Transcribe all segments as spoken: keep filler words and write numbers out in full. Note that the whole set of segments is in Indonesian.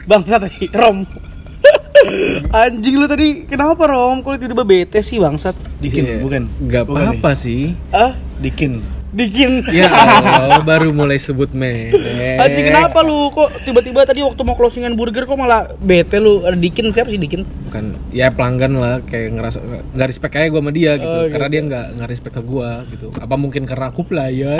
Bangsat tadi, Rom. Anjing lu tadi kenapa Rom? Kok tiba-tiba bete sih bangsat? Dikin, yeah. bukan? Gak apa-apa sih. Ah, Dikin. Dikin. Ya Allah, baru mulai sebut me. Anjing kenapa lu? Kok tiba-tiba tadi waktu mau closingan burger kok malah bete lu? Ada Dikin, siapa sih Dikin? Bukan, ya pelanggan lah, kayak ngerasa nggak respect kayak gue sama dia gitu. Oh, karena gitu. dia nggak nggak respect ke gue gitu. Apa mungkin karena aku pelayan?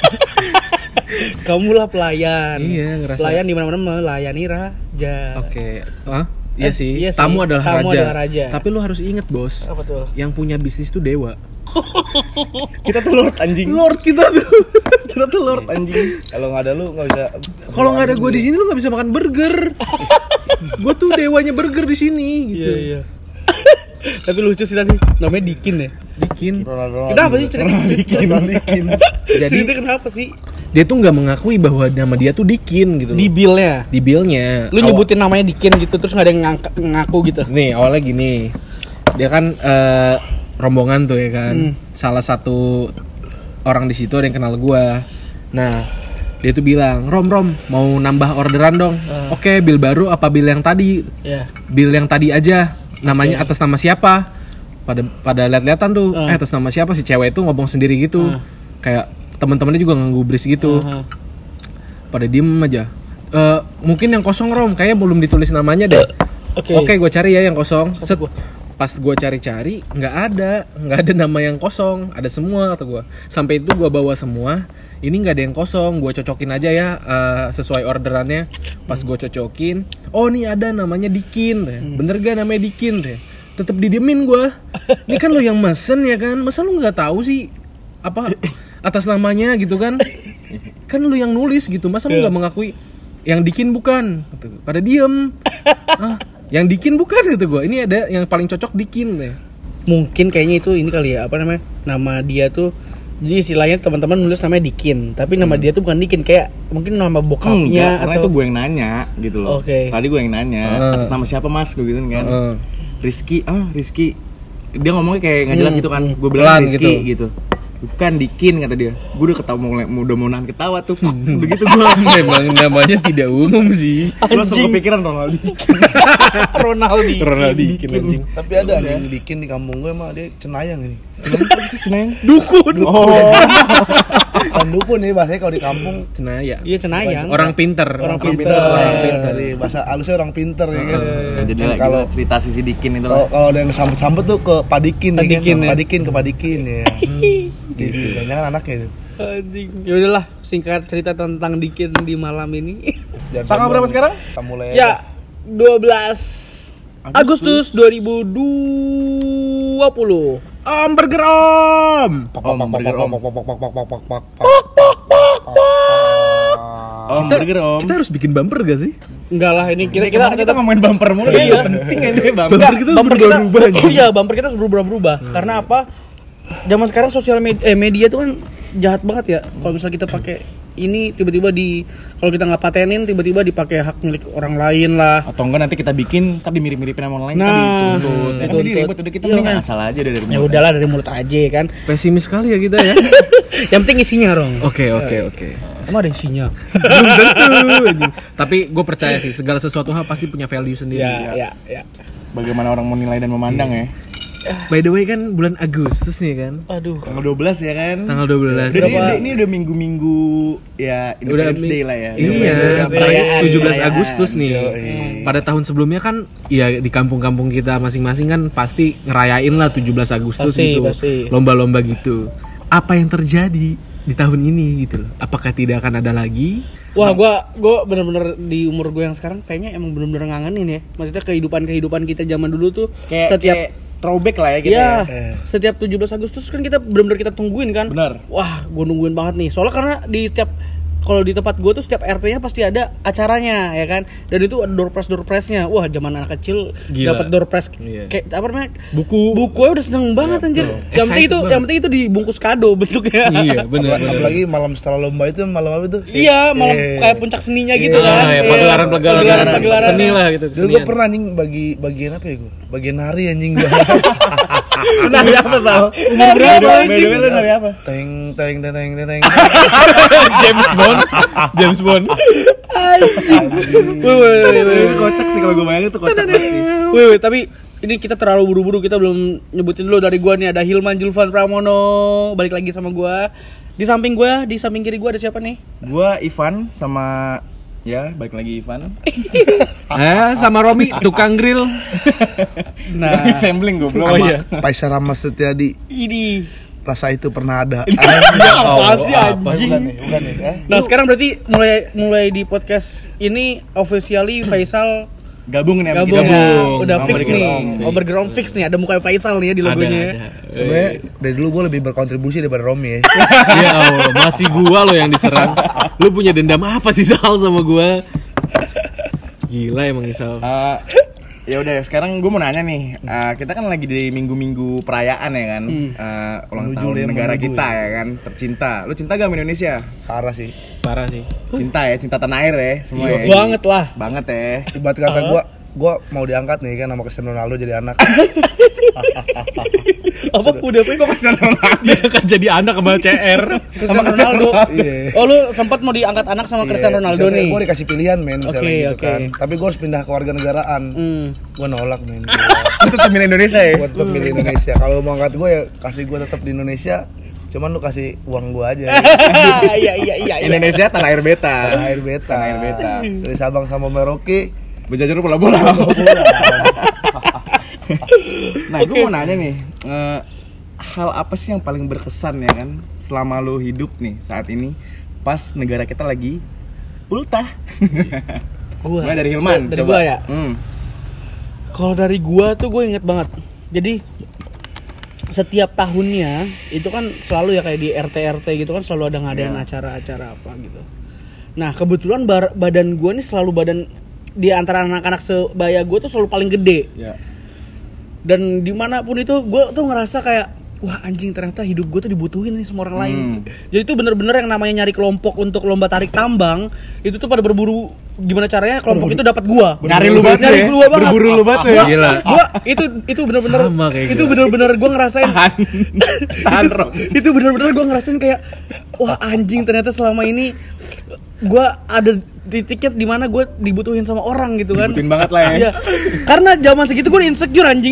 Kamu lah pelayan. Iya, ngerasa. Pelayan di mana-mana melayani raja. Oke, Hah? Iya Eh, sih. iya sih. Tamu adalah Tamu raja. adalah raja. Tapi lu harus inget bos. Apa tuh? Yang punya bisnis tuh dewa. Kita tuh lord anjing. Lord kita tuh. Kita tuh lord anjing. Kalau nggak ada lu nggak bisa. Kalau nggak ada gue di sini lu nggak bisa makan burger. Gue tuh dewanya burger di sini gitu. Iya, iya. Tapi lucu sih tadi. Namanya Dikin ya. Dikin. Kenapa sih cerita? Dikin, Dikin. Jadi Cerita kenapa sih? dia tuh nggak mengakui bahwa nama dia tuh Dikin gitu. Di bill-nya. Di billnya. Lu nyebutin namanya Dikin gitu terus nggak ada yang ngangka- ngaku gitu. Nih awalnya gini, dia kan uh, rombongan tuh ya kan, hmm. salah satu orang di situ ada yang kenal gua. Nah dia tuh bilang, Rom Rom mau nambah orderan dong. Uh. Oke, okay, bill baru apa bill yang tadi? Yeah. Bill yang tadi aja. Namanya okay. Atas nama siapa? Pada pada lihat-lihatan tuh, uh. eh atas nama siapa si cewek itu ngomong sendiri gitu, uh. kayak teman-temannya juga nggubris gitu. Uh-huh. Pada diem aja. Uh, mungkin yang kosong Rom, kayaknya belum ditulis namanya deh. Oke, okay. okay, gue cari ya yang kosong. Set, pas gue cari-cari, nggak ada, nggak ada nama yang kosong. Ada semua kata gue. Sampai itu gue bawa semua. Ini nggak ada yang kosong. Gue cocokin aja ya uh, sesuai orderannya. Pas gue cocokin, oh nih ada namanya Dikin. Hmm. Bener gak namanya Dikin? Tetep didiemin gue. Ini kan lo yang mesen ya kan? Masa lo nggak tahu sih apa atas namanya gitu kan? Kan lu yang nulis gitu. Masa lu nggak mengakui yang Dikin bukan? Pada diem. Ah, yang Dikin bukan gitu gue. Ini ada yang paling cocok Dikin deh. Mungkin kayaknya itu ini kali ya, apa namanya? Nama dia tuh jadi istilahnya teman-teman nulis namanya Dikin, tapi nama hmm. dia tuh bukan Dikin, kayak mungkin nama bokapnya. Hmm, karena atau... itu gue yang nanya gitu loh. Okay. Tadi gue yang nanya, uh. atas nama siapa mas? Gue gitu kan. Uh. Rizky, ah Rizky. Dia ngomongnya kayak nggak jelas hmm. gitu kan. Gue bilang Rizky gitu. gitu. Bukan Dikin kata dia. Gue udah ketawa mau udah mau nahan ketawa tuh. Begitu gue. Memang namanya tidak umum sih. Gue langsung kepikiran Ronaldo. Ronaldo. Ronaldo Dikin anjing. Tapi ada anjing Dikin di kampung gue emang dia Cenayang ini. Cenayang apa sih Cenayang? Dukun. Oh. Bukan dukun nih bahasanya kalau di kampung Cenayang. Iya Cenayang. Orang pinter. Orang, orang pinter. pinter. Orang pinter. Dari bahasa halusnya orang pinter ya kan. Uh, Jadi kalau cerita sisi Dikin itu lah. Kalau ada yang sambut-sambut tuh ke Padikin ya kan. Ya. Padikin ke Padikin ya. Gitu. Jangan anaknya itu. Anjing. Ya udahlah, singkat cerita tentang Dikin di malam ini. Tanggal berapa sekarang? Kita mulai. Ya, dua belas Agustus dua ribu dua puluh. Om burger om. Om burger om. Om burger om. Kita harus bikin bumper gak sih? Enggak lah, ini kita kita kita ngomongin bumper mulu. Iya, penting ini bumper. Bumper kita berubah-ubah. Oh iya, bumper kita harus berubah-ubah. Karena apa? Zaman sekarang sosial media, eh, media tuh kan jahat banget ya. Kalau misalnya kita pakai ini tiba-tiba di kalau kita nggak patenin tiba-tiba dipakai hak milik orang lain lah. Atau enggak nanti kita bikin tapi mirip-miripin sama orang lain nah, kan dituntut. Ya kan dituntut. jadi ribet udah kita iya, mending kan? asal aja dari mulut. Ya udahlah dari mulut aja kan. Pesimis sekali ya kita ya. Yang penting isinya Rong. Oke oke oke. Emang ada isinya? Belum tentu. Tapi gue percaya sih segala sesuatu hal pasti punya value sendiri. Ya ya ya. Bagaimana orang menilai dan memandang ya. By the way kan bulan Agustus nih kan. Aduh. Tanggal dua belas ya kan? Tanggal dua belas. Ini, ini, ini udah minggu-minggu ya Independence Day lah ya. Iya, perayaan tujuh belas Agustus nih. Yoi. Pada tahun sebelumnya kan ya di kampung-kampung kita masing-masing kan pasti ngerayain lah tujuh belas Agustus pasti, gitu. Pasti. Lomba-lomba gitu. Apa yang terjadi di tahun ini gitu loh? Apakah tidak akan ada lagi? Wah, gua gua benar-benar di umur gue yang sekarang kayaknya emang benar-benar ngangenin ya. Maksudnya kehidupan-kehidupan kita zaman dulu tuh kayak, setiap kayak throwback lah ya gitu ya, ya. Setiap tujuh belas Agustus kan kita benar-benar kita tungguin kan. Benar. Wah, gua nungguin banget nih. Soalnya karena di setiap kalau di tempat gue tuh setiap R T-nya pasti ada acaranya ya kan. Dan itu ada door prize door prize-nya. Wah, zaman anak kecil dapat door prize iya. kayak apa namanya? Buku. Bukunya udah seneng banget anjir. Yang penting itu yang penting itu dibungkus kado bentuknya. Iya, benar. Apalagi malam setelah lomba itu malam apa itu? Iya, malam eh. kayak puncak seninya gitu iya, kan. Iya, pagelaran-pagelaran pagelaran seni lah gitu. Dulu gue pernah anjing bagi bagian apa ya gue? Bagian nari anjing gue. Nari apa Sal? Umur berapa? Beda lu nari apa? Teng teng teng teng teng. James Bond. James Bond. Wih, wih, wih, wih. Itu kocak sih kalau gue bayangin itu kocak banget sih. Wih, wih, tapi ini kita terlalu buru-buru, kita belum nyebutin dulu dari gua nih, ada Hilman Julvan Pramono balik lagi sama gua. Di samping gua, di samping kiri gua ada siapa nih? Gua Ivan sama ya balik lagi Ivan. Eh, sama Romi tukang grill. Nah, sampling gue belum. Oh iya. Paisar Rahmat Setiadi. Ini. Rasa itu pernah ada. Apaan sih anjing? Bukan nih, bukan nih. Eh? Nah, sekarang berarti mulai mulai di podcast ini officially Faisal Gabung nih sama gabung, kita. ya. Gabung. Udah Sama fix nih. Overground. Overground fix nih, ada muka Faisal nih ya di logonya. Ada, ya. ada. Sebenarnya dari dulu gue lebih berkontribusi daripada Romi ya. Ya Allah, masih gua lo yang diserang. Lu punya dendam apa sih Sal sama gua? Gila emang Sal. Uh, ya udah sekarang gue mau nanya nih, uh, kita kan lagi di minggu-minggu perayaan ya kan, Hmm. uh, ulang Menuju tahun ya, negara menuju kita ya. ya kan, tercinta. Lu cinta gak sama Indonesia? Parah sih. Parah sih. Cinta ya, cinta tanah air ya semua ya. Banget lah. Banget ya. Ibarat kata gue, gue mau diangkat nih kan sama Cristiano Ronaldo jadi anak. Apa udah apa kok Cristiano Ronaldo? Dia akan jadi anak sama C R. Cristiano Ronaldo. Iya. Oh, lu sempat mau diangkat anak sama Cristiano Ronaldo nih. Gue dikasih pilihan men, misalnya Oke, gitu oke. kan. Tapi gue harus pindah ke warga negaraan. Hmm. Gue nolak men. Lu tetap milih Indonesia ya? Gue tetap milih Indonesia. Kalau mau angkat gue ya kasih gue tetap di Indonesia. Cuman lu kasih uang gue aja. Iya iya iya. Indonesia tanah air beta. Tanah air beta. Tanah air beta. Dari Sabang sama Merauke. Berjajar bola-bola. Nah, gue mau nanya nih, eh, hal apa sih yang paling berkesan ya kan selama lu hidup nih saat ini pas negara kita lagi ultah? Gua. Mulai dari Hilman, Dari coba. gua ya. Hmm. Kalau dari gua tuh gue inget banget. Jadi setiap tahunnya itu kan selalu ya kayak di R T R T gitu kan selalu ada ngadain Yeah. acara-acara apa gitu. Nah kebetulan bar- badan gua nih selalu badan di antara anak-anak sebaya gua tuh selalu paling gede. Ya. Dan dimanapun itu gue tuh ngerasa kayak wah anjing ternyata hidup gue tuh dibutuhin nih sama orang lain. Hmm. Jadi itu bener-bener yang namanya nyari kelompok untuk lomba tarik tambang itu tuh pada berburu gimana caranya kelompok itu dapat gue. Nyari lu banget nyari ya? gua banget. Berburu lu banget ya? Gua- Gila. Gua itu itu bener-bener Sama kayak itu gua. bener-bener gue ngerasain Tahan, itu, Rom. itu bener-bener gue ngerasain kayak wah anjing ternyata selama ini gue ada titiknya di mana gue dibutuhin sama orang gitu kan. Dibutuhin banget lah ya. Iya. Karena zaman segitu gue insecure anjing.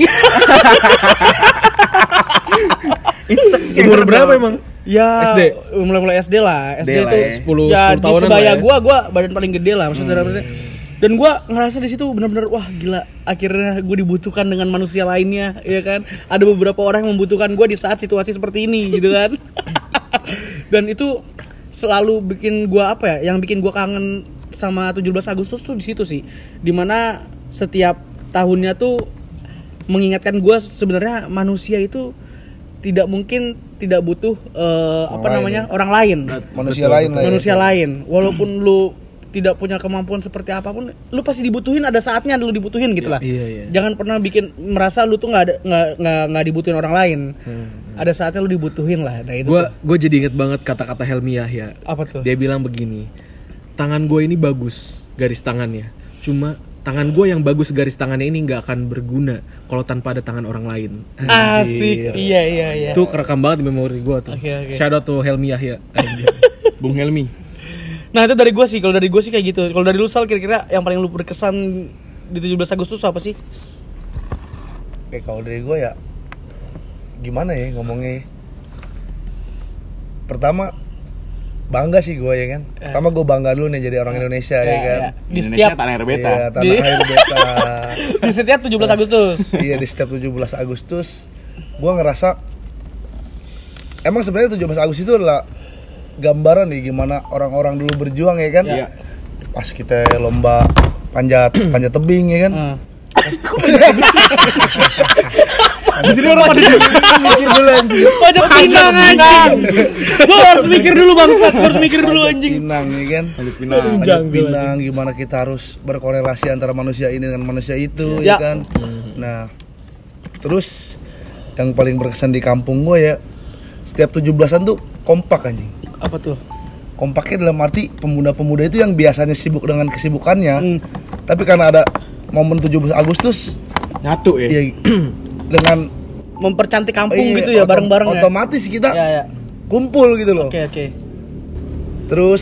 Umur berapa emang? Ya S D? mulai-mulai S D lah. S D S D, lah tuh ya. sepuluh, ya sepuluh di tahunan sebaya lah ya. gua gua badan paling gede lah maksudnya. Hmm. Dan gua ngerasa di situ benar-benar wah gila akhirnya gue dibutuhkan dengan manusia lainnya ya kan. Ada beberapa orang yang membutuhkan gua di saat situasi seperti ini gitu kan. Dan itu selalu bikin gua apa ya? Yang bikin gua kangen sama tujuh belas Agustus tuh di situ sih. Dimana setiap tahunnya tuh mengingatkan gua sebenarnya manusia itu tidak mungkin tidak butuh eh, apa lain namanya ya. orang lain Manusia lain lah ya. manusia lain walaupun lu tidak punya kemampuan seperti apapun lu pasti dibutuhin ada saatnya lu dibutuhin gitu lah Iya, iya. jangan pernah bikin merasa lu tuh nggak ada nggak nggak nggak dibutuhin orang lain ada saatnya lu dibutuhin lah nah itu Gue tuh. gue jadi inget banget kata-kata Helmi Yahya. Apa tuh? Dia bilang begini, tangan gue ini bagus garis tangannya, cuma tangan gue yang bagus garis tangannya ini nggak akan berguna kalau tanpa ada tangan orang lain. asik iya iya iya Itu kerekam banget di memori gue tuh. Oke, oke. Shout out to Helmi Yahya. Anjir. Bung Helmi. nah itu dari gue sih kalau dari gue sih kayak gitu kalau dari lu Sal kira-kira yang paling lu berkesan di tujuh belas Agustus apa sih? Eh kalau dari gue ya gimana ya ngomongnya. Pertama bangga sih gue ya kan. Pertama gue bangga dulu nih jadi orang Indonesia ya, Ya, kan. ya. Di Indonesia setiap tanah air beta. Iya, tanah Di- air beta. di setiap tujuh belas Agustus. Iya di setiap tujuh belas Agustus gue ngerasa emang sebenarnya tujuh belas Agustus itu adalah gambaran nih gimana orang-orang dulu berjuang ya kan. Iya. Pas kita lomba panjat panjat tebing ya kan. Heeh. Di sini orang pada mikir dulu anjing. Pajak pinang anjing. Gua harus mikir dulu bangsat, gua harus mikir dulu anjing. Pinang ya kan. Panjat pinang. Panjat pinang gimana kita harus berkorelasi antara manusia ini dengan manusia itu Ya. ya kan. Nah, terus yang paling berkesan di kampung gue ya setiap tujuh belasan tuh kompak anjing. Apa tuh? Kompaknya dalam arti pemuda-pemuda itu yang biasanya sibuk dengan kesibukannya, Hmm. tapi karena ada momen tujuh belas Agustus Nyatu ya. ya dengan mempercantik kampung Iya, gitu ya otom- bareng-bareng ya. Otomatis kita Ya ya. kumpul gitu loh. Oke oke. Terus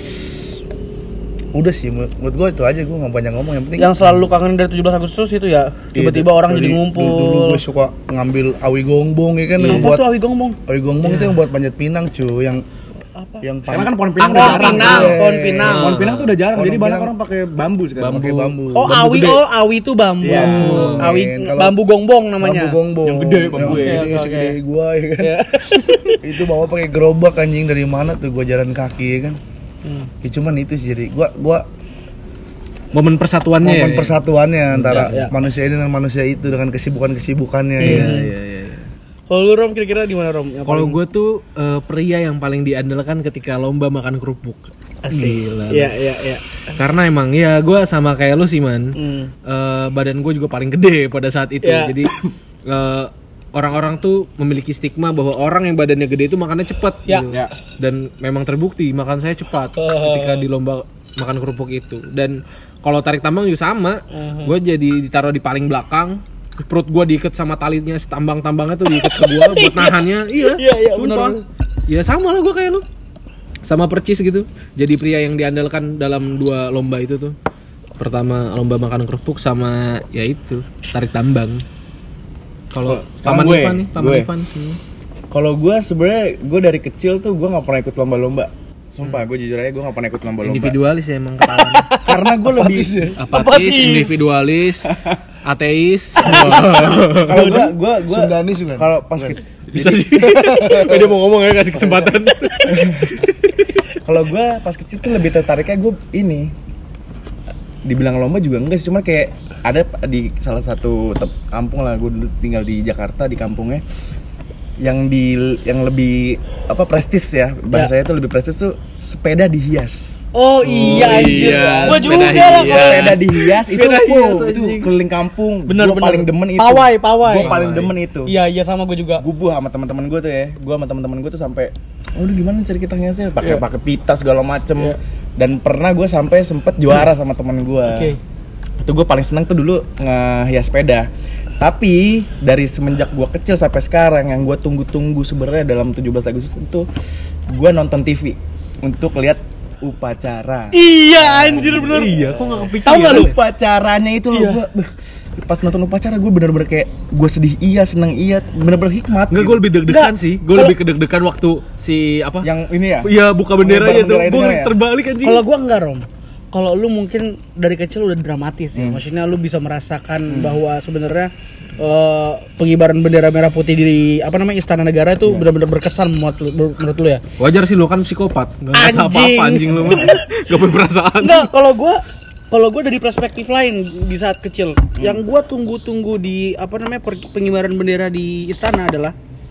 udah sih menurut, menurut gue itu aja, gue nggak banyak ngomong, yang penting Yang selalu kangen dari tujuh belas Agustus itu ya. Tiba-tiba Iya, orang dari- jadi ngumpul. Dulu, dulu gue suka ngambil awi gongbong ya kan, yang Apa buat tuh awi gongbong? awi gongbong itu yang buat panjat pinang cuy, yang Apa? yang Sekarang kan pohon Ah, pinang udah pohon jarang. pinang, Iya. pohon pinang. Pohon pinang tuh udah jarang, Pohon jadi banyak pinang. orang pakai bambu sekarang. pakai bambu. Oh, Bambu awi gede. oh awi itu bambu. Iya. Awi Men, kalau- bambu gongbong namanya. Bambu gongbong. Yang gede, bambu yang ya. gede, Oke, oke, segede oke. gua ya kan. Iya. Itu bawa pakai gerobak anjing, dari mana tuh gua jalan kaki ya kan. Hmm. Ya cuman itu sih, jadi gua gua Momen persatuannya momen ya. persatuannya antara Ya, ya. manusia ini dan manusia itu dengan kesibukan-kesibukannya. Iya, ya. iya, iya. Kalau lu Rom kira-kira di mana Rom? Yang Kalau paling- gue tuh eh, pria yang paling diandalkan ketika lomba makan kerupuk. Gila. Iya iya iya. Karena emang ya gue sama kayak lu sih man. Hmm. Eh, badan gue juga paling gede pada saat itu. Ya. Jadi eh, orang-orang tuh memiliki stigma bahwa orang yang badannya gede itu makannya cepat. Ya. gitu. Ya. Dan memang terbukti makan saya cepat ketika di lomba makan kerupuk itu. Dan kalau tarik tambang juga sama. Gue jadi ditaruh di paling belakang. Perut gue diikat sama talinya, tambang-tambangnya tuh diikat ke gue buat nahannya. Iya, Iya, iya, sumpah. benar. Ya sama lah gue kayak lu. Sama percis gitu. Jadi pria yang diandalkan dalam dua lomba itu tuh. Pertama lomba makan kerupuk sama ya itu tarik tambang. Kalau sekarang paman gue, Ivan nih, paman gue. Ivan. Hmm. Kalau gue sebenarnya gue dari kecil tuh gue nggak pernah ikut lomba-lomba. Sumpah, gue jujur aja gue nggak pernah ikut lomba-lomba. Individualis ya emang ketahuan. Karena gue lebih Apatis, individualis, ateis. kalau gue gue gue Sundanis juga. kalau pas ke- Bisa sih. Dia mau ngomong ya kasih kesempatan. kalau gue pas kecil tuh lebih tertariknya gue ini dibilang lomba juga enggak sih, cuma kayak ada di salah satu tep- kampung lah, gue dulu tinggal di Jakarta di kampungnya yang di yang lebih apa prestis ya bahasanya tuh lebih prestis tuh sepeda dihias. Oh iya anjir. iya, Gua sepeda juga lah. hias. Sepeda dihias itu Sepeda wow, hias, itu anjing. keliling kampung. Bener Gua bener. paling demen itu. Pawai pawai. Gue paling demen itu. Iya iya sama gue juga. Gubuh sama teman-teman gue tuh ya. Gue sama teman-teman gue tuh sampai, oh udah gimana cari kita ngiasnya? Pakai Iya. pakai pita segala macem. Iya. Dan pernah gue sampai sempet juara sama teman gue. Oke. Itu gue paling seneng tuh dulu ngehias sepeda. Tapi dari semenjak gue kecil sampai sekarang yang gue tunggu-tunggu sebenarnya dalam tujuh belas Agustus itu gue nonton T V untuk lihat upacara. Iya anjir bener. Iya, kok enggak kepikiran. Tahu nggak lu? Upacaranya itu loh, Iya. gua, beh, pas nonton upacara gue bener-bener kayak gue sedih iya, seneng iya, bener-bener hikmat. Enggak, gitu. gue lebih deg-degan Nggak, sih. Gue kalau lebih kedeg-degan waktu si apa? yang ini ya. Iya, buka benderanya tuh. Bendera itu Gue kan ya? terbalik anjing. Kalau gua enggak Rom. Kalau lu mungkin dari kecil udah dramatis ya. Hmm. Maksudnya lu bisa merasakan bahwa sebenarnya eh, pengibaran bendera merah putih di apa namanya Istana Negara itu benar-benar berkesan menurut lu, menurut lu ya. Wajar sih lu kan psikopat. Enggak ngerasa Anjing. apa-apa anjing lu mah. Enggak punya perasaan. Enggak, kalau gua kalau gua dari perspektif lain di saat kecil, yang gua tunggu-tunggu di apa namanya per- pengibaran bendera di istana adalah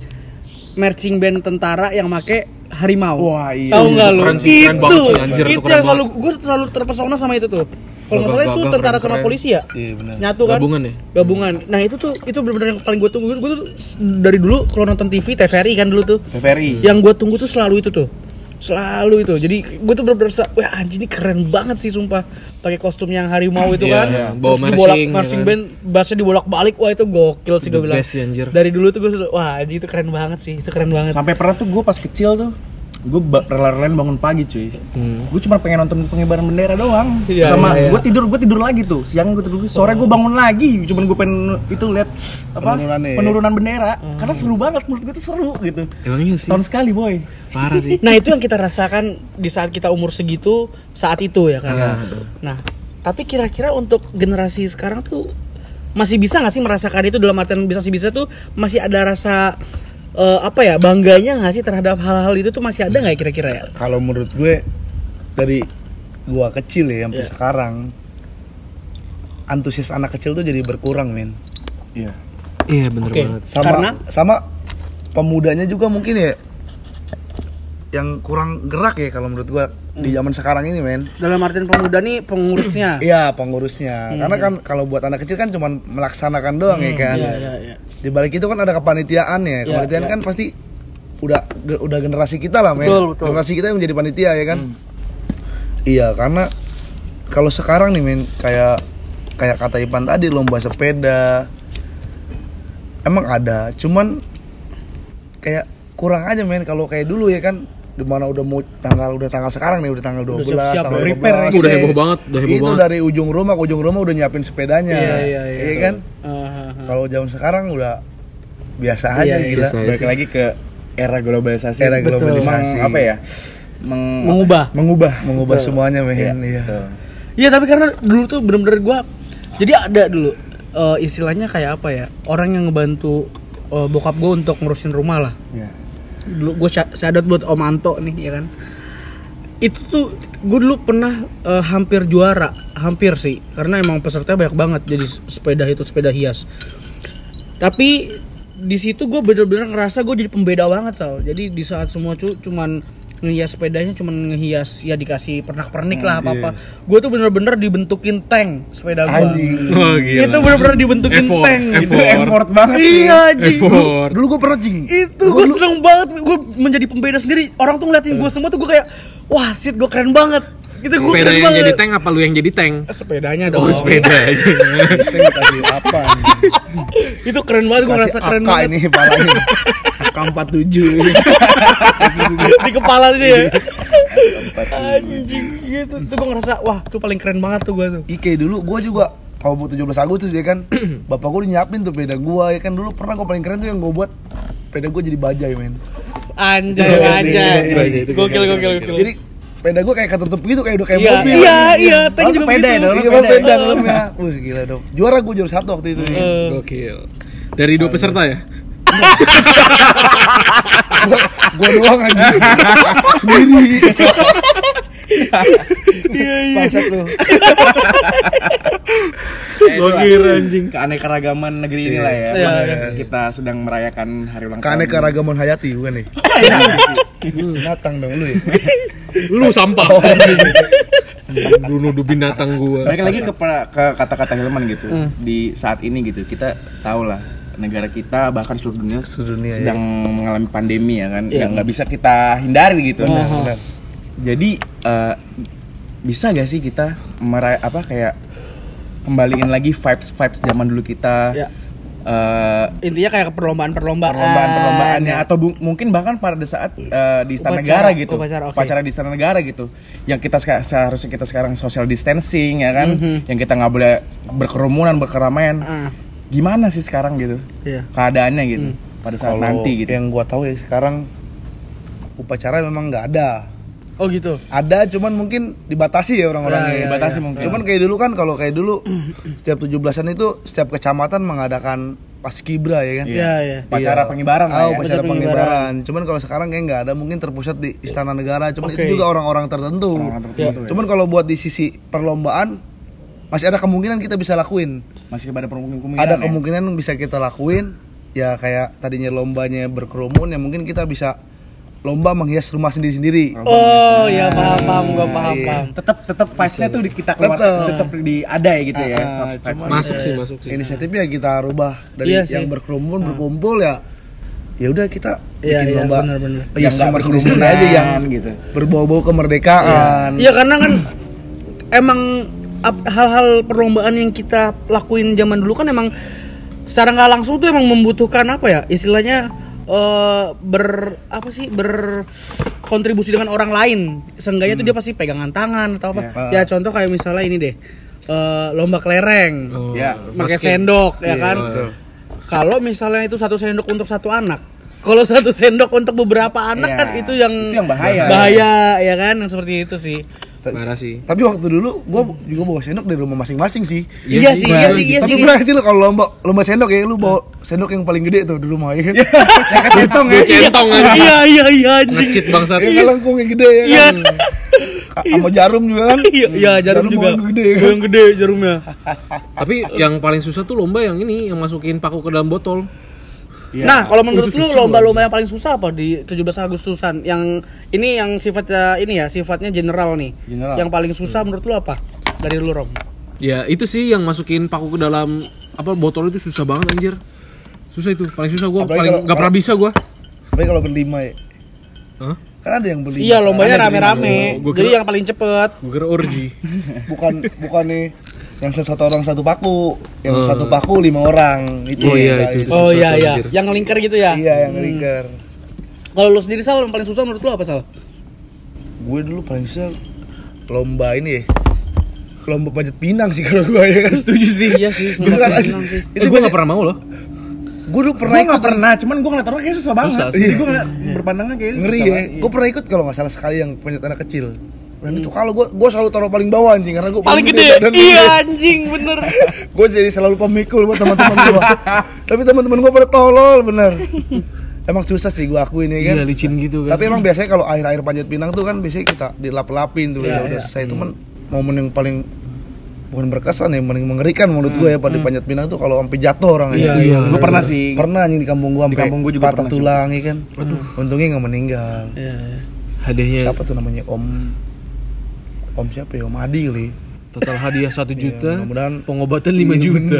marching band tentara yang make harimau. Wah, iya. Tahu nggak lu? Keren sih, keren Itu, banget sih, anjir, itu itu keren yang selalu banget. gua selalu terpesona sama itu tuh. Kalau nggak salah itu Gagah, tentara keren, sama keren. polisi ya. Iya benar. Nyatu kan? Gabungan ya? Gabungan. Nah itu tuh itu benar-benar yang paling gue tunggu. Gue tuh s- dari dulu kalau nonton T V T V R I kan dulu tuh. T V R I. Yang gue tunggu tuh selalu itu tuh. Selalu itu. Jadi gue tuh bener-bener sa- wah anjing ini keren banget sih sumpah. Pakai kostum yang harimau itu Iya, kan. iya. Bawa Terus dibolak marching, marching ya kan. band, bassnya dibolak-balik. Wah itu gokil sih The gue bilang. best sih, anjir. Dari dulu tuh gue sudah wah anjing itu keren banget sih. Itu keren banget. Sampai pernah tuh gue pas kecil tuh gue ba- rela-relain bangun pagi cuy. Gue cuma pengen nonton pengibaran bendera doang. Iya, Sama iya, iya. gue tidur gue tidur lagi tuh. Siang gue tidur, sore gue bangun lagi. Cuman gue pengen itu lihat apa Penurunannya. penurunan bendera. Karena seru banget menurut gue tuh seru gitu. Emang iya sih. Tahun sekali boy. Parah sih. Nah itu yang kita rasakan di saat kita umur segitu saat itu ya kan. Iya. Nah tapi kira-kira untuk generasi sekarang tuh masih bisa nggak sih merasakan itu dalam artian bisa sih bisa tuh masih ada rasa eh, apa ya bangganya nggak sih terhadap hal-hal itu tuh masih ada nggak ya kira-kira ya? Kalau menurut gue dari gua kecil ya sampai Iya. sekarang antusias anak kecil tuh jadi berkurang men. Iya. Iya bener Oke. banget. Sama Karena? sama pemudanya juga mungkin ya yang kurang gerak ya kalau menurut gua di zaman sekarang ini men. Dalam artian pemuda nih pengurusnya. Iya pengurusnya. Karena kan kalau buat anak kecil kan cuma melaksanakan doang ya kan. Iya iya iya. Di balik itu kan ada kepanitiaannya. Iya, Kepanitiaan iya. kan pasti udah ge- udah generasi kita lah men. Betul, betul. Generasi kita yang menjadi panitia ya kan. Iya karena kalau sekarang nih men kayak kayak kata Ipan tadi lomba sepeda emang ada, cuman kayak kurang aja men kalau kayak dulu ya kan dimana udah mau tanggal udah tanggal sekarang nih udah tanggal dua belas Udah siap-siap, tanggal ya. lima belas Udah heboh banget, udah heboh itu banget. dari ujung rumah ke ujung rumah udah nyiapin sepedanya Iya, iya, iya. iya kan Uh, kalau zaman sekarang udah biasa Iya, aja iya. gila Biasa. Balik lagi ke era globalisasi. Era Betul. globalisasi Meng- apa ya? Meng- Mengubah. Mengubah. mengubah Betul. semuanya men Iya. iya Betul. Iya tapi karena dulu tuh bener-bener gue, jadi ada dulu eh, istilahnya kayak apa ya, orang yang ngebantu eh, bokap gue untuk ngurusin rumah lah. Iya. Dulu gue syahadat buat Om Anto nih ya kan. Itu tuh gue dulu pernah eh, hampir juara, hampir sih, karena emang pesertanya banyak banget jadi sepeda itu sepeda hias. Tapi di situ gue bener-bener ngerasa gue jadi pembeda banget Sal. Jadi di saat semua cu cuman ngehias sepedanya, cuman ngehias ya dikasih pernak-pernik lah apa-apa. Gue tuh bener-bener dibentukin tank sepeda gue. Anjing. Oh, gila. Itu bener-bener dibentukin Effort, tank. Itu effort. effort banget sih. Iya anjing. Effort. dulu gue pernah jing Itu gue seneng banget, gue menjadi pembeda sendiri. Orang tuh ngeliatin gue semua tuh gue kayak, wah shit gue keren banget. Itu gue Sepeda keren yang banget. jadi tank apa lu yang jadi tank? Sepedanya dong. Oh, sepeda aja. kita kasih apa anjing? Itu keren banget, gue kasih ngerasa keren A K banget. ini palanya A K empat puluh tujuh Di kepala dia ya. Anjing gitu. Tuh gue ngerasa, wah tuh paling keren banget tuh gue tuh. Ike dulu gue juga kalau mau tujuh belas Agustus ya kan bapak gue nyiapin tuh sepeda gue ya kan dulu pernah gue paling keren tuh yang gue buat sepeda gue jadi bajai men Anjay, Iya, anjay. iya, iya, itu Gokil, gokil, gokil, gokil. gokil. jadi sepeda gue kayak ketutup gitu kayak udah kayak Iya, mobil iya, iya, tank Oh, juga sepeda begitu. dong. iya Sepeda. sepeda dalamnya wah gila dong juara gue juara satu waktu itu Eh, Gokil. Dari dua peserta ya? gue doang aja sendiri bangsat lu Gokil anjing. Keanekaragaman negeri inilah ya. Iya, Pas iya. kita sedang merayakan hari ulang tahun. keanekaragaman hayati bukan nih binatang dong lu ya Lu sampah. Lu nuduh binatang gua. Balik lagi ke, pra- ke kata-kata Hilman gitu. Di saat ini gitu kita tahu lah negara kita bahkan seluruh dunia, Seluruh dunia, sedang mengalami pandemi ya kan, Iya. yang nggak bisa kita hindari gitu. Benar, Nah, benar. jadi eh, bisa gak sih kita meray apa kayak kembaliin lagi vibes vibes zaman dulu kita? Ya. eh, Intinya kayak perlombaan-perlombaan. perlombaan-perlombaannya ya. atau bu- mungkin bahkan pada saat eh, di istana Upacara, negara gitu, upacara, oke. di istana negara gitu, yang kita seka- seharusnya kita sekarang social distancing ya kan, Mhm. yang kita nggak boleh berkerumunan berkeramaian, Ah, gimana sih sekarang gitu iya. keadaannya gitu pada saat Kalau nanti gitu. yang gua tahu ya sekarang upacara memang nggak ada Oh gitu. ada cuman mungkin dibatasi ya orang-orangnya Ya, ya, Dibatasi ya. mungkin. cuman kayak dulu kan kalau kayak dulu setiap tujuh belasan itu setiap kecamatan mengadakan paskibra ya kan Iya, iya. Upacara Iya. pengibaran lah Ah, ya. upacara Upacara pengibaran. Cuman kalau sekarang kayak nggak ada, mungkin terpusat di Istana Negara. Cuman Oke. itu juga orang-orang tertentu. Orang-orang tertentu ya. Cuman kalau buat di sisi perlombaan masih ada kemungkinan kita bisa lakuin. Masih ada kemungkinan Ada ya? kemungkinan bisa kita lakuin. Ya kayak tadinya lombanya berkerumun, ya mungkin kita bisa lomba menghias rumah sendiri-sendiri. Oh ya paham paham gua paham Iya. paham. tetap tetap vibes-nya tuh di kita keluar Tetep. tetap di ada ya gitu ya. Ah, Vibes- cuman- vibes- Masuk sih, masuk sih. Inisiatifnya kita rubah dari Iya sih. yang berkerumun berkumpul ya. Ya udah kita Iya, bikin iya, lomba. benar-benar. Hias Yang nggak rumah sendiri berkerumunan aja yang gitu. berbau-bau kemerdekaan. Iya karena kan emang ap- hal-hal perlombaan yang kita lakuin zaman dulu kan emang secara nggak langsung tuh emang membutuhkan apa ya istilahnya eh, ber apa sih berkontribusi dengan orang lain. Seenggaknya tuh dia pasti pegangan tangan atau apa. Ya contoh kayak misalnya ini deh eh, lomba kelereng, Oh, Ya, pakai basket. sendok ya kan. Kalau misalnya itu satu sendok untuk satu anak, kalau satu sendok untuk beberapa anak Iya, kan itu yang itu yang bahaya. bahaya ya kan yang seperti itu sih. Parah sih. Tapi waktu dulu gua juga bawa sendok dari rumah masing-masing sih. Iya sih, iya sih, iya Tapi sih. berhasil kalau lomba lomba sendok ya lu bawa sendok yang paling gede tuh di rumah ya kan. Yang kecentong ya. Centong aja. Iya iya iya anjing. Ngecit bangsat. Yang ngelengkung yang gede ya Iya. kan. Ka- Sama jarum juga kan. Iya, iya jarum, Jarum juga. yang gede, kan? Yang gede jarumnya. Tapi yang paling susah tuh lomba yang ini, yang masukin paku ke dalam botol. Iya. Nah, kalau menurut Itu lu susah lomba-lomba yang paling susah apa di tujuh belas Agustusan? Yang ini yang sifatnya ini ya, sifatnya general nih. General. Yang paling susah menurut lu apa? Dari lu, Rom. Ya itu sih yang masukin paku ke dalam apa botol itu susah banget anjir. Susah itu, paling susah gua, Apalagi paling kalau- nggak pernah bisa gua. Tapi kalau berlima ya. Hah? Kan ada yang berlima. Iya, lombanya ada rame-rame. berlima. Gua Jadi kira- yang paling cepet. Gua kira orgi. Bukan bukan nih yang satu orang satu paku, yang Hmm. satu paku lima orang itu. Oh iya, ya, itu. Oh susah iya tuh, iya, anjir. yang ngelingkar gitu ya. Iya yang ringker. Kalau lu sendiri Sal, yang paling susah menurut lu apa Sal? Gue dulu paling susah lomba ini ya. Lomba panjat pinang sih kalau gue ya kan. Setuju sih. Iya sih. Gue kan sih. Itu gue nggak pernah mau loh. Gue dulu pernah Gue ikut. nggak pernah, cuman gue ngeliat orang kayak susah banget. Susah, Jadi iya. gue ngeliat berpandangnya kayak Ngeri susah ya. banget. Gue pernah ikut kalau nggak salah sekali yang panjat anak kecil. Dan itu kalau gue gue selalu taruh paling bawah anjing karena gue Paling gede. Iya anjing bener. Gue jadi selalu pemikul buat teman-teman gue. Tapi teman-teman gue pada tolol bener. Emang susah sih gue akuin ya kan. Iya licin gitu kan. Tapi emang biasanya kalau akhir-akhir panjat pinang tuh kan biasanya kita dilap-lapin tuh Iya, ya, udah iya. selesai. Itu kan momen yang paling bukan berkesan ya, paling mengerikan menurut gue ya pada panjat pinang tuh kalau sampai jatuh orang Iya, ya. iya. Gue pernah sih. Pernah anjing di kampung gue sampai kampung gua juga patah pernah sih. tulang ya kan. Untungnya nggak meninggal. Iya. Hadiahnya Siapa tuh namanya Om Om siapa ya? Om Adi kali. total hadiah satu juta, mudah-mudahan- pengobatan lima juta.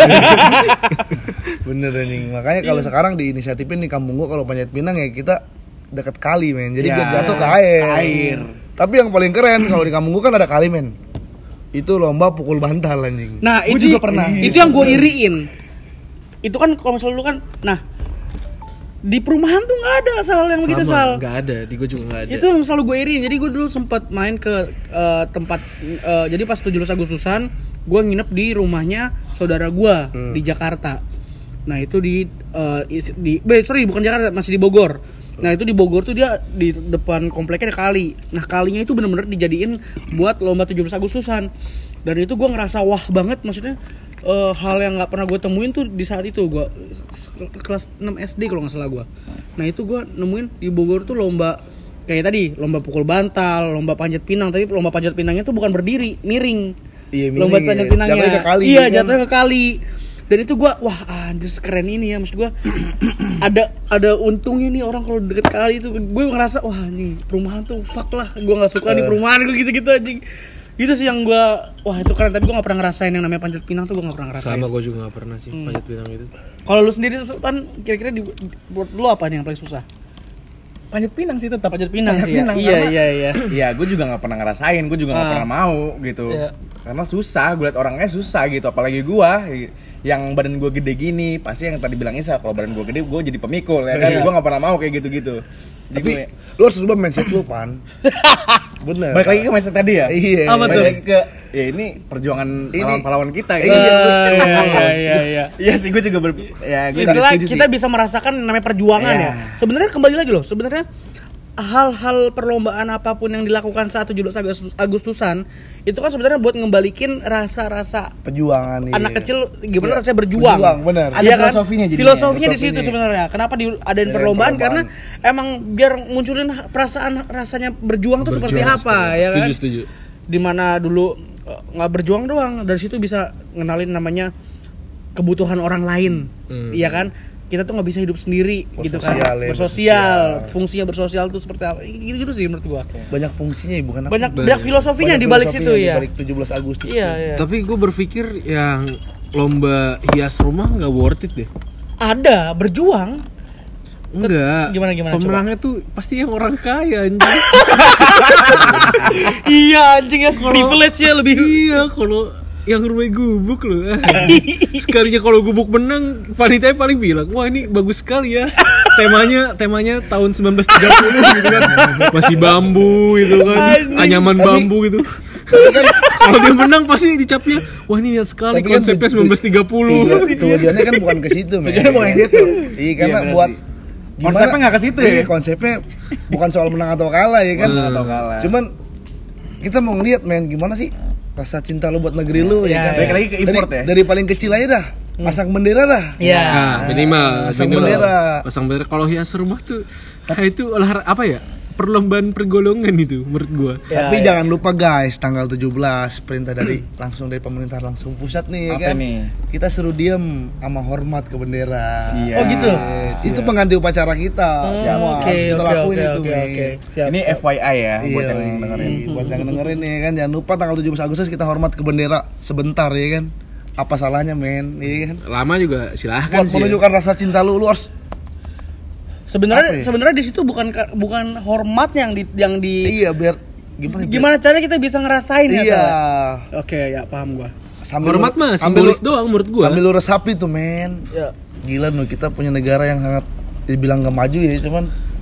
Bener anjing. Makanya kalau sekarang di inisiatifin nih kampung gua kalau panjat pinang ya kita dekat kali men. Jadi Ya, biar jatuh ke air. ke air. Tapi yang paling keren kalau di kampung gua kan ada kali men. Itu lomba pukul bantal anjing. Nah, Gua itu juga pernah. Itu yang gue iriin. Itu kan kalau misalnya lu kan, nah di perumahan tuh nggak ada Sal yang begitu Sal. Nggak ada, di gue juga nggak ada. Itu yang selalu gue iriin. Jadi gue dulu sempat main ke eh, tempat, eh, jadi pas tujuh belas Agustusan, gue nginep di rumahnya saudara gue di Jakarta. Nah itu di, eh, is- di, eh, sorry bukan Jakarta, masih di Bogor. Nah itu di Bogor tuh dia di depan kompleknya ada kali. Nah kalinya itu bener-bener dijadiin buat lomba tujuh belas Agustusan. Dan itu gue ngerasa wah banget, maksudnya eh, hal yang nggak pernah gue temuin tuh di saat itu. Gue kelas enam S D kalau nggak salah gue. Nah itu gue nemuin di Bogor tuh lomba kayak tadi, lomba pukul bantal, lomba panjat pinang. Tapi lomba panjat pinangnya tuh bukan berdiri, miring. Iya, miring Lomba ya. panjat pinangnya. Jatuhnya ke kali, Iya, kan? jatuhnya ke kali. Dan itu gua wah anjir keren ini ya, maksud gua ada ada untungnya nih orang kalau deket kali itu. Gue ngerasa wah anjing perumahan tuh fuck lah, gua nggak suka di perumahan gue gitu-gitu anjing. Gitu sih yang gua wah itu keren, tapi gua nggak pernah ngerasain yang namanya panjat pinang tuh, gua nggak pernah ngerasain. sama gue juga nggak pernah sih panjat pinang itu. Kalau lu sendiri kan kira-kira di buat lu apa nih yang paling susah? Panjat pinang sih tetap. Panjat pinang Panjat sih ya? pinang, Iya karena- iya iya. Iya, gue juga nggak pernah ngerasain, gue juga nggak Ah. pernah mau gitu. Iya. Karena susah, gue liat orangnya susah gitu. Apalagi gue, yang badan gue gede gini, pasti yang tadi bilang Isa, kalau badan gue gede, gue jadi pemikul ya kan. Iya. Gue nggak pernah mau kayak gitu-gitu. Jadi Tapi gue lu harus ubah mindset lu pan. Bener. balik lagi ke masa tadi ya. Iya. Apa Balik tuh? lagi ke ya ini perjuangan Ini- pahlawan-pahlawan kita. Iya, Gitu. Iya iya iya iya. Iya sih, gue juga ber, ya gue juga Istilah setuju kita sih. bisa merasakan namanya perjuangan Iya. ya. Sebenarnya kembali lagi loh, sebenarnya hal-hal perlombaan apapun yang dilakukan saat tujuh belas Agustus- Agustusan itu kan sebenarnya buat ngembalikin rasa-rasa Perjuangan nih. anak kecil gimana Iya. rasanya berjuang. Berjuang, bener. Ada Iya kan? filosofinya jadinya. Filosofinya di situ Filosofinya. sebenarnya. Kenapa diadain Iya, perlombaan? Karena perlombaan. emang biar munculin perasaan rasanya berjuang tuh seperti Berjuang, apa ya kan? Setuju setuju. Dimana dulu eh, nggak berjuang doang, dari situ bisa ngenalin namanya kebutuhan orang lain, Hmm. iya kan? Kita tuh nggak bisa hidup sendiri gitu kan, Bersosial ya, bersosial, bersosial. fungsinya bersosial tuh seperti apa? Gitu gitu sih menurut gua. Banyak fungsinya ya, bukan apa? Banyak Banyak- banyak filosofinya di balik situ ya. Di balik tujuh belas Agustus. Iya iya. Tapi gue berpikir yang lomba hias rumah nggak worth it deh. Ada berjuang. Enggak. Gimana, gimana, coba? Pemenangnya tuh pasti yang orang kaya anjing. Iya anjing ya, privilege ya lebih. Iya, kalau yang rumah gubuk loh. Sekalinya kalau gubuk menang, panitia paling bilang, "Wah, ini bagus sekali ya." Temanya temanya tahun sembilan belas tiga puluh gitu kan. Masih bambu gitu kan. Anjing. Anyaman Tapi- bambu gitu. Kalau dia menang pasti dicapnya, "Wah, ini niat sekali Tapi kan konsepnya tu- sembilan belas tiga puluh." Tujuan- Tujuannya kan bukan ke situ, men. Tujuannya bukan ke situ. Iya, karena Iya, bener buat sih. gimana- Konsepnya nggak ke situ ya? Iya, konsepnya bukan soal menang atau kalah ya kan. Menang atau kalah. Cuman kita mau ngeliat men gimana sih rasa cinta lu buat negeri lu Iya, ya kan. iya. Balik lagi ke effort dari, ya. dari paling kecil aja dah. Pasang bendera dah. Iya. Nah, minimal, pasang minimal. bendera. Pasang bendera. Kalau hias rumah tuh, ah, itu olahraga apa ya? Perlombaan pergolongan itu menurut gua. Ya, Tapi ya. jangan lupa guys, tanggal tujuh belas perintah dari langsung dari pemerintah langsung pusat nih ya Apa kan. nih? Kita suruh diem sama hormat ke bendera. Siap. Oh, gitu? Yes, itu pengganti upacara kita. Oh, Semua Oke harus kita oke lakuin oke itu. oke men. oke. Siap. Ini siap. F Y I ya buat Iya, yang iya. dengerin. Buat yang dengerin nih kan, jangan lupa tanggal tujuh belas Agustus kita hormat ke bendera sebentar ya kan. Apa salahnya men, iya kan? Lama juga silahkan Buat sih. ya. menunjukkan rasa cinta lu, lu harus Sebenarnya Apa ya? sebenarnya di situ bukan ka- bukan hormat yang di yang di iya biar gimana? biar- gimana caranya kita bisa ngerasain ya Iya. Sal? Oke, ya paham gua. Sambil Hormat lu- mah sambil simbolis lu- doang menurut gua. Sambil lu resapi tuh men. Ya. Gila nu kita punya negara yang sangat dibilang gak maju ya, cuman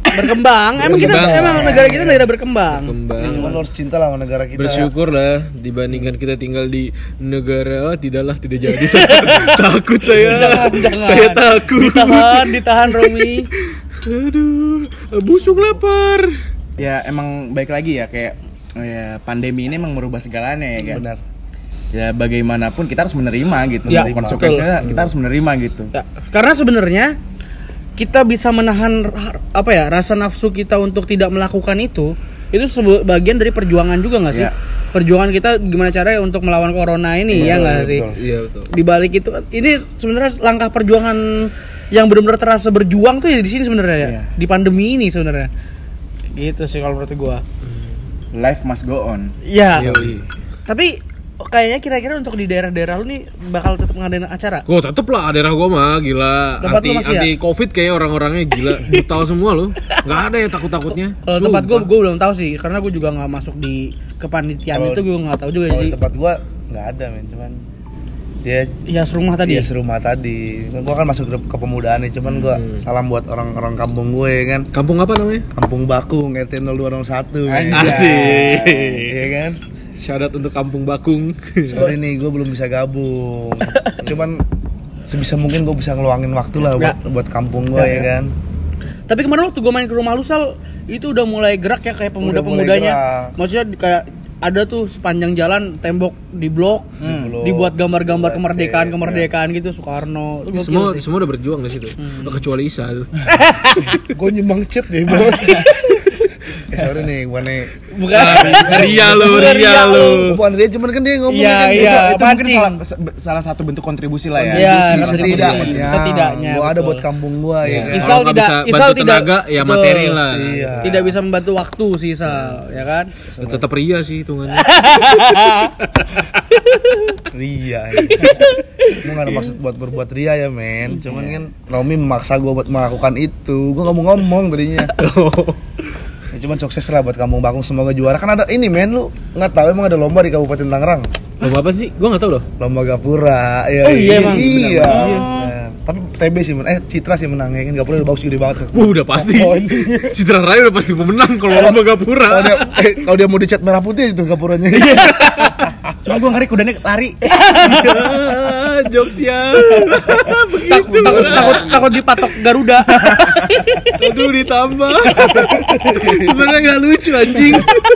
berkembang. Emang kita Berkembang. emang negara kita negara berkembang. Kembang. Cuman lo harus cinta lah sama negara kita. Bersyukur lah dibandingkan kita tinggal di negara oh, tidaklah tidak jadi. Takut saya. Jangan, jangan. Saya takut. Ditahan, ditahan Romi. Aduh, busuk lapar. Ya emang baik lagi ya kayak ya, pandemi ini emang merubah segalanya ya kan. Benar. Ya bagaimanapun kita harus menerima gitu. Ya, konsekuensinya kita harus menerima gitu. Ya, karena sebenarnya kita bisa menahan apa ya rasa nafsu kita untuk tidak melakukan itu itu sebagian dari perjuangan juga nggak sih? Ya. Perjuangan kita gimana caranya untuk melawan corona ini ya nggak sih? Iya betul. Di balik itu ini sebenarnya langkah perjuangan yang benar-benar terasa berjuang tuh ya di sini sebenarnya ya. Iya. Di pandemi ini sebenarnya. Gitu sih kalau menurut gua. Life must go on. Iya. Yoi. Tapi kayaknya kira-kira untuk di daerah-daerah lu nih bakal tetap ngadain acara. Oh tetep lah daerah gua mah gila Tempat anti lu masih anti covid kayak orang-orangnya gila brutal semua loh nggak ada ya takut-takutnya. Kalau tempat gue, gue belum tahu sih, karena gue juga nggak masuk di kepanitiaan Kalo- itu, gue nggak tahu juga. Kalau Jadi di tempat gua nggak ada men, cuman dia ya serumah tadi. dia serumah tadi. Gua kan masuk ke kepemudaan nih, cuman gua salam buat orang-orang kampung gue ya kan. Kampung apa namanya? Kampung Bakung R T nol dua nol satu. men. Asik. Iya kan? Syarat untuk Kampung Bakung. Sorry nih, gue belum bisa gabung. Cuman sebisa mungkin gue bisa ngeluangin waktu lah buat Ya. buat kampung gue Ya, ya, ya. kan. Tapi kemarin waktu gue main ke rumah lu Sal, itu udah mulai gerak ya kayak Udah mulai pemuda-pemudanya. gerak. Maksudnya di- kayak ada tuh sepanjang jalan tembok di blok, blok. dibuat gambar-gambar Buat kemerdekaan cek, kemerdekaan gitu Soekarno. Itu gokil semua sih. semua udah berjuang di situ. Kecuali Isa tuh. Gue nyumbang chat deh bos. eh, sorry nih, gue nih. Bukan. Ria lu, Bukan Ria lu. Bukan dia, cuman kan dia ngomong Iya, kan. iya. itu itu mungkin pancing. salah, se- salah satu bentuk kontribusi lah ya. Iya, Kontribusi, setidaknya. setidaknya. Setidaknya, gue ada betul. buat kampung gue ya Iya. kan. Isal Kalau nggak tidak, bisa Isal bantu tidak tenaga, ya betul. materi lah. Iya. Tidak bisa membantu waktu sih Isal, ya kan? Tetap Ria sih hitungannya. Ria. Gue gak ada maksud buat berbuat ria ya men. Cuman kan Romi memaksa gue buat melakukan itu. Gue gak mau ngomong tadinya. Ya, cuman sukses lah buat Kampung Bakung, semoga juara. Kan ada ini men, lu nggak tahu emang ada lomba di Kabupaten Tangerang. Lomba apa sih? Gua nggak tahu loh. Lomba Gapura. Ya, Oh, iya, emang. sih. Benar, Ya. benar. Nah, tapi T B sih men. Eh Citra sih menang ya kan. Gapura udah bagus gede banget. Wah udah pasti. Oh, ini. Citra Raya udah pasti pemenang kalau lomba Gapura. Kalau dia, eh, kalau dia mau dicat merah putih itu Gapuranya. Cuma gue ngeri kudanya lari. Ah, jokes ya. Takut, takut, takut, takut dipatok Garuda. Aduh ditambah. Sebenarnya nggak lucu anjing.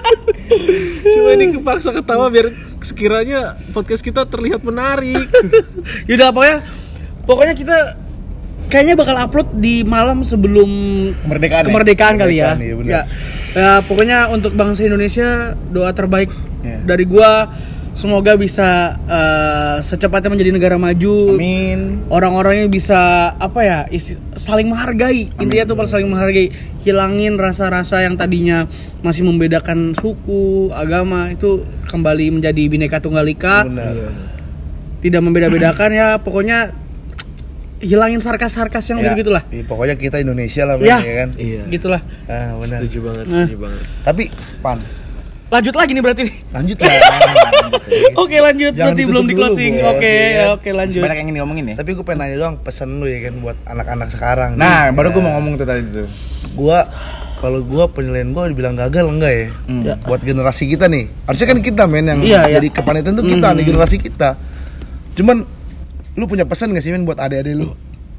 Cuma ini kepaksa ketawa biar sekiranya podcast kita terlihat menarik. Yaudah pokoknya pokoknya kita kayaknya bakal upload di malam sebelum Kemerdekaan ya? kemerdekaan kali ya. Kemerdekaan, iya benar. Ya. Ya, pokoknya untuk bangsa Indonesia doa terbaik Ya. dari gua, semoga bisa eh, secepatnya menjadi negara maju. Amin. Orang-orangnya bisa apa ya isi- saling menghargai. Intinya tuh pada saling menghargai, hilangin rasa-rasa yang tadinya masih membedakan suku, agama, itu kembali menjadi Bhinneka Tunggal Ika. Benar. Tidak membeda-bedakan ya, pokoknya hilangin sarkas-sarkas yang Ya. begitu lah. Iya, pokoknya kita Indonesia lah men, Ya. ya kan. Iya. Gitulah. Ah, benar. Setuju banget, Nah. setuju banget. Tapi Pan, Lanjut lagi nih berarti. lanjut lah. Oke, lanjut. Jangan Berarti ditutup belum di dulu, closing. Bos, Oke, ya kan? oke lanjut. Sebanyak yang ingin diomongin ya. Tapi gue pengen nanya doang pesan lu ya kan buat anak-anak sekarang. Nah, nih. baru gue Ya. mau ngomong tuh tadi tuh. Gua kalau gua penilaian gua dibilang gagal enggak ya? Hmm. Ya. Buat generasi kita nih. Harusnya kan kita men yang Iya, iya. jadi kepanitiaan tuh kita Hmm. nih, generasi kita. Cuman lu punya pesan gak sih men buat adik-adik lu?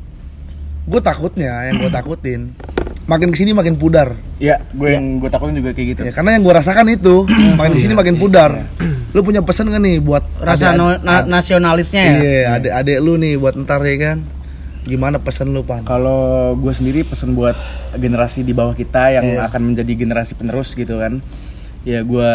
Gue takutnya, yang gue takutin makin kesini makin pudar. Iya, gue yang gue takutin juga kayak gitu. Ya, karena yang gue rasakan itu makin kesini makin pudar. Lu punya pesan gak nih buat Rasa adik- no- na- nasionalisnya ya. Iya, adik-adik lu nih buat ntar ya kan. Gimana pesan lu, Pan? Kalau gue sendiri pesen buat generasi di bawah kita yang Iya. akan menjadi generasi penerus gitu kan. Ya gue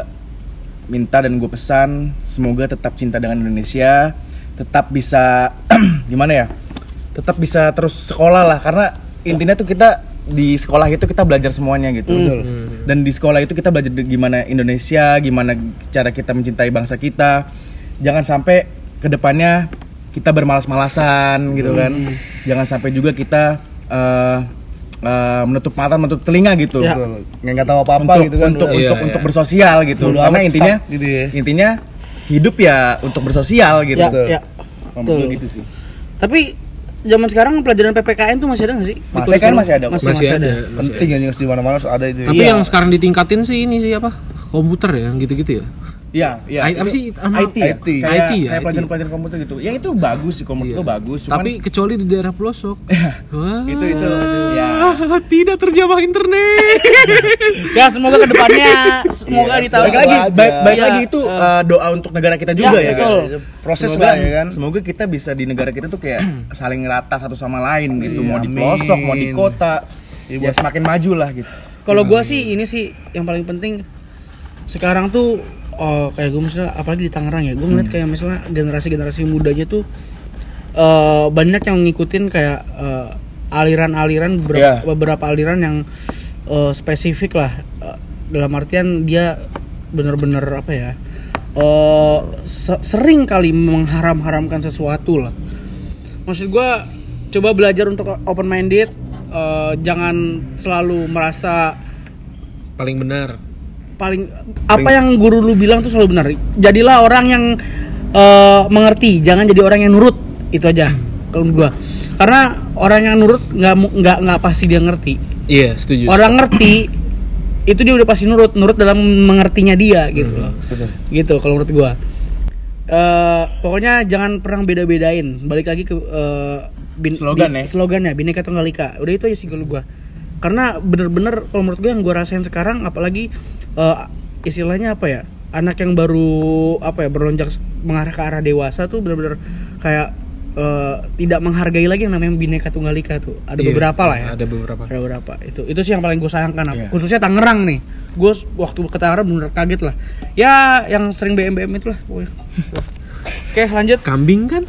minta dan gue pesan semoga tetap cinta dengan Indonesia, tetap bisa gimana ya, tetap bisa terus sekolah lah, karena intinya tuh kita di sekolah itu kita belajar semuanya gitu. Betul. Dan di sekolah itu kita belajar gimana Indonesia, gimana cara kita mencintai bangsa kita. Jangan sampai kedepannya kita bermalas-malasan gitu kan. Jangan sampai juga kita eh, eh, menutup mata, menutup telinga gitu. Ya. Betul. Nggak nggak tahu apa-apa Untuk gitu kan. untuk Iya, untuk iya. untuk bersosial gitu. Bodo Karena amat, intinya fuck gitu ya. intinya hidup ya untuk bersosial gitu. Ya, Betul. ya. Kalau menurut gue Betul. gitu sih. Tapi zaman sekarang pelajaran P P K N tuh masih ada nggak sih? Masih. P P K N masih ada. Masih, Masih masih ada. ada. Penting anjing di mana-mana harus ada itu. Tapi Iya. yang sekarang ditingkatin sih ini sih apa? Komputer ya, yang gitu-gitu ya. Iya, iya. I- apa sih? I T ya? I T. Kayak, I T ya, kayak I T. pelajaran-pelajaran komputer gitu. Yang itu bagus sih, komputer Iya. itu bagus, cuman Tapi kecuali di daerah pelosok. Wah. itu itu ya. Tidak terjamah internet. Ya semoga kedepannya semoga di tahun Baik lagi, aja. baik, baik Iya. lagi itu uh, doa untuk negara kita juga Ya, ya, betul. kan? Proses semoga, lah ya kan. Semoga kita bisa di negara kita tuh kayak saling rata satu sama lain gitu, mau di amin. pelosok, mau di kota, ya semakin maju lah gitu. Kalau gua sih ini sih yang paling penting sekarang tuh oh, kayak gue misalnya apalagi di Tangerang ya, gue ngeliat kayak misalnya generasi-generasi mudanya tuh eh, banyak yang ngikutin kayak eh, aliran-aliran beberapa, Iya. beberapa aliran yang eh, spesifik lah. Eh, dalam artian dia bener-bener apa ya eh, se- sering kali mengharam-haramkan sesuatu lah. Maksud gue coba belajar untuk open minded, eh, jangan selalu merasa Paling benar. paling apa yang guru lu bilang tuh selalu benar. Jadilah orang yang uh, mengerti, jangan jadi orang yang nurut. Itu aja kalau menurut gua. Karena orang yang nurut nggak mu- nggak nggak pasti dia ngerti. Iya, setuju. Orang ngerti itu dia udah pasti nurut, nurut dalam mengertinya dia gitu loh. Gitu kalau menurut gua. Uh, pokoknya jangan pernah beda-bedain. Balik lagi ke uh, bin, Slogan bin- ya? slogannya Bhinneka Tunggal Ika. Udah itu aja sih kalau gua. Karena bener-bener kalau menurut gue yang gue rasain sekarang apalagi uh, istilahnya apa ya, anak yang baru apa ya berlonjak mengarah ke arah dewasa tuh bener-bener kayak uh, tidak menghargai lagi yang namanya Bhinneka Tunggal Ika tuh. Ada Iya, beberapa lah ya. Ada beberapa. Ada beberapa. Itu itu sih yang paling gue sayangkan. Iya. Khususnya Tangerang nih. Gue waktu ke Tangerang bener kaget lah. Ya yang sering B M B M itu lah. pokoknya. Oke lanjut. Kambing kan?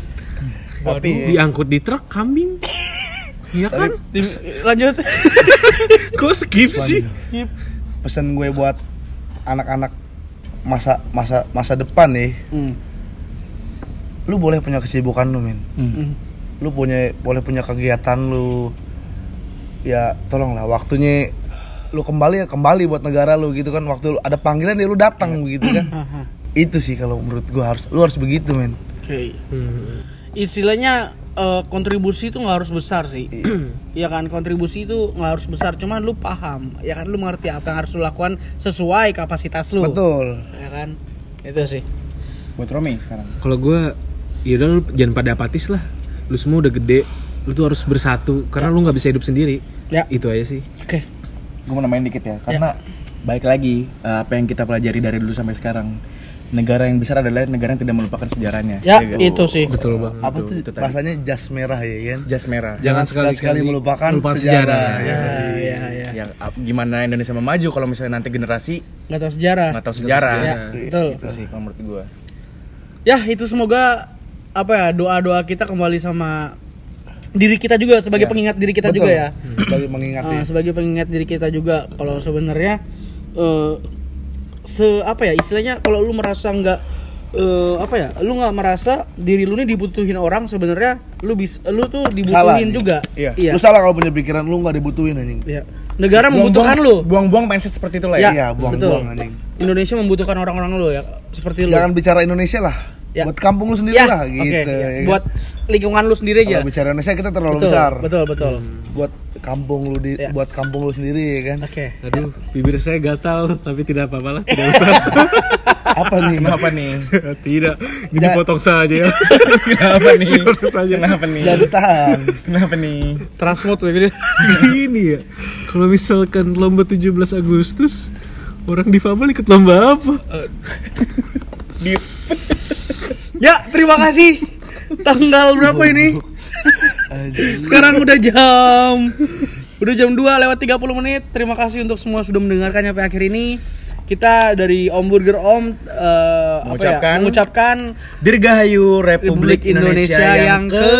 Tapi Diangkut di truk kambing. Iya kan? Di- lanjut. Kok skip sih? Pesan gue buat anak-anak masa masa masa depan nih, Hmm. lu boleh punya kesibukan lu men, Hmm. lu punya boleh punya kegiatan lu, ya tolonglah waktunya lu kembali ya kembali buat negara lu gitu kan. Waktu lu ada panggilan ya lu datang begitu kan. Aha. Itu sih kalau menurut gua harus lu harus begitu men. Oke. Hmm. Istilahnya eh, kontribusi itu nggak harus besar sih. Ya kan, kontribusi itu nggak harus besar, cuman lu paham, ya kan, lu mengerti apa yang harus lu lakukan sesuai kapasitas lu. Betul. Ya kan, itu sih. buat Romi sekarang. Kalau gue, ya udah lu jangan pada apatis lah. Lu semua udah gede, lu tuh harus bersatu karena lu nggak bisa hidup sendiri. Ya. Itu aja sih. Oke. Gue mau nambahin dikit ya, karena baik lagi eh, apa yang kita pelajari dari dulu sampai sekarang. Negara yang besar adalah negara yang tidak melupakan sejarahnya. Ya, kan? itu sih. Betul banget. Apa tuh itu tadi. bahasanya jas merah ya kan? Jas merah. Jangan sekali-sekali sekali-kali melupakan melupakan sejarah. sejarah. Ya, ya, ya. Ya, ap- gimana Indonesia memaju kalau misalnya nanti generasi Nggak tahu sejarah. nggak tahu sejarah. Ya, betul. Itu sih kalau menurut gue. Ya, itu semoga apa ya, doa-doa kita kembali sama diri kita juga sebagai Ya. pengingat diri kita Betul. juga ya. Sebagai mengingat Ah, ya. sebagai pengingat diri kita juga kalau sebenarnya eh, se apa ya istilahnya, kalau lu merasa nggak eh, apa ya, lu nggak merasa diri lu nih dibutuhin orang, sebenarnya lu bisa lu tuh Salah dibutuhin nih. juga. Iya. Iya. Lu salah kalau punya pikiran lu nggak dibutuhin anjing. Iya. Negara membutuhkan lu. Buang-buang mindset seperti itulah Ya, ya. Iya, buang-buang betul. anjing. Indonesia membutuhkan orang-orang lu ya, seperti lu. Jangan bicara Indonesia lah. Ya. Buat kampung lu sendiri Ya, lah oke, gitu. ya. ya kan? Buat lingkungan lu sendiri aja. Kalau bicara Indonesia kita terlalu Betul, besar. betul, betul. Buat kampung lu di Ya. buat kampung lu sendiri ya kan. Oke. Aduh, bibir saya gatal, tapi tidak apa-apa lah, tidak usah. Apa nih? Kenapa nih? Tidak, gini Ja- potong saja ya. Kenapa nih? Potong saja. Kenapa nih? Jangan ditahan. Kenapa nih? Transport gitu. Gini ya, kalau misalkan lomba tujuh belas Agustus, orang difabel ikut lomba apa? Di Ya, terima kasih. Tanggal berapa ini? Sekarang udah jam udah jam dua lewat tiga puluh menit. Terima kasih untuk semua sudah mendengarkan sampai akhir ini. Kita dari Om Burger Om eh, apa ya, Mengucapkan- mengucapkan Dirgahayu Republik Republik Indonesia, Indonesia yang ke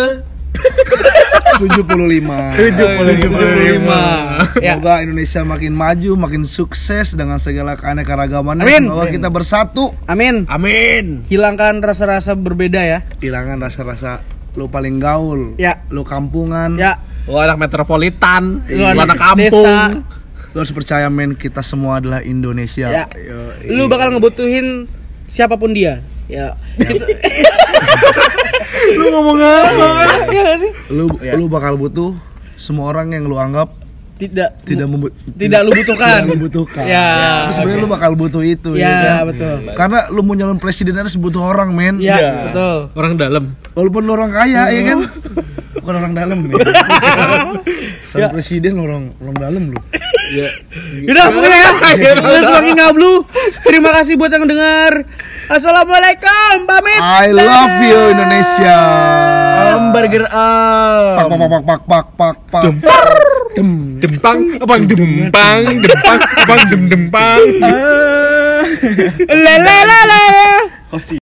tujuh puluh lima. tujuh puluh lima. Ya. Semoga Indonesia makin maju, makin sukses dengan segala keanekaragamannya. Amin. Semoga kita bersatu, Amin. Amin. Hilangkan rasa-rasa berbeda ya. hilangkan rasa-rasa lu paling gaul, Ya. lu kampungan. Ya. Lu anak metropolitan, Lu lu anak anak kampung. desa. Lu harus percaya men, kita semua adalah Indonesia. Ya. Yo, Lu bakal ngebutuhin siapapun dia. Ya. Kita- Lu ngomong apa? Iya nggak sih? Lu lu bakal butuh semua orang yang lu anggap Tidak tidak membu- tidak lu butuhkan. tidak lu butuhkan. Ya. Tapi sebenarnya lu bakal butuh itu ya, Ya, kan? betul. Karena lu mau nyalon presiden harus butuh orang, men. Ya, Iya. betul. Orang dalam. Walaupun lu orang kaya ya kan. Bukan orang dalam nih. Calon presiden orang orang dalam lu. Ya. Udah pokoknya ya. Udah semakin ngablu. Terima kasih buat yang dengar. Assalamualaikum, pamit. I love you Indonesia. Hamburger Pak am. pak pak pak pak pak pak. Dem. Dempang, abang dempang, dempang, abang dem dempang. La la la la. Oh, sih.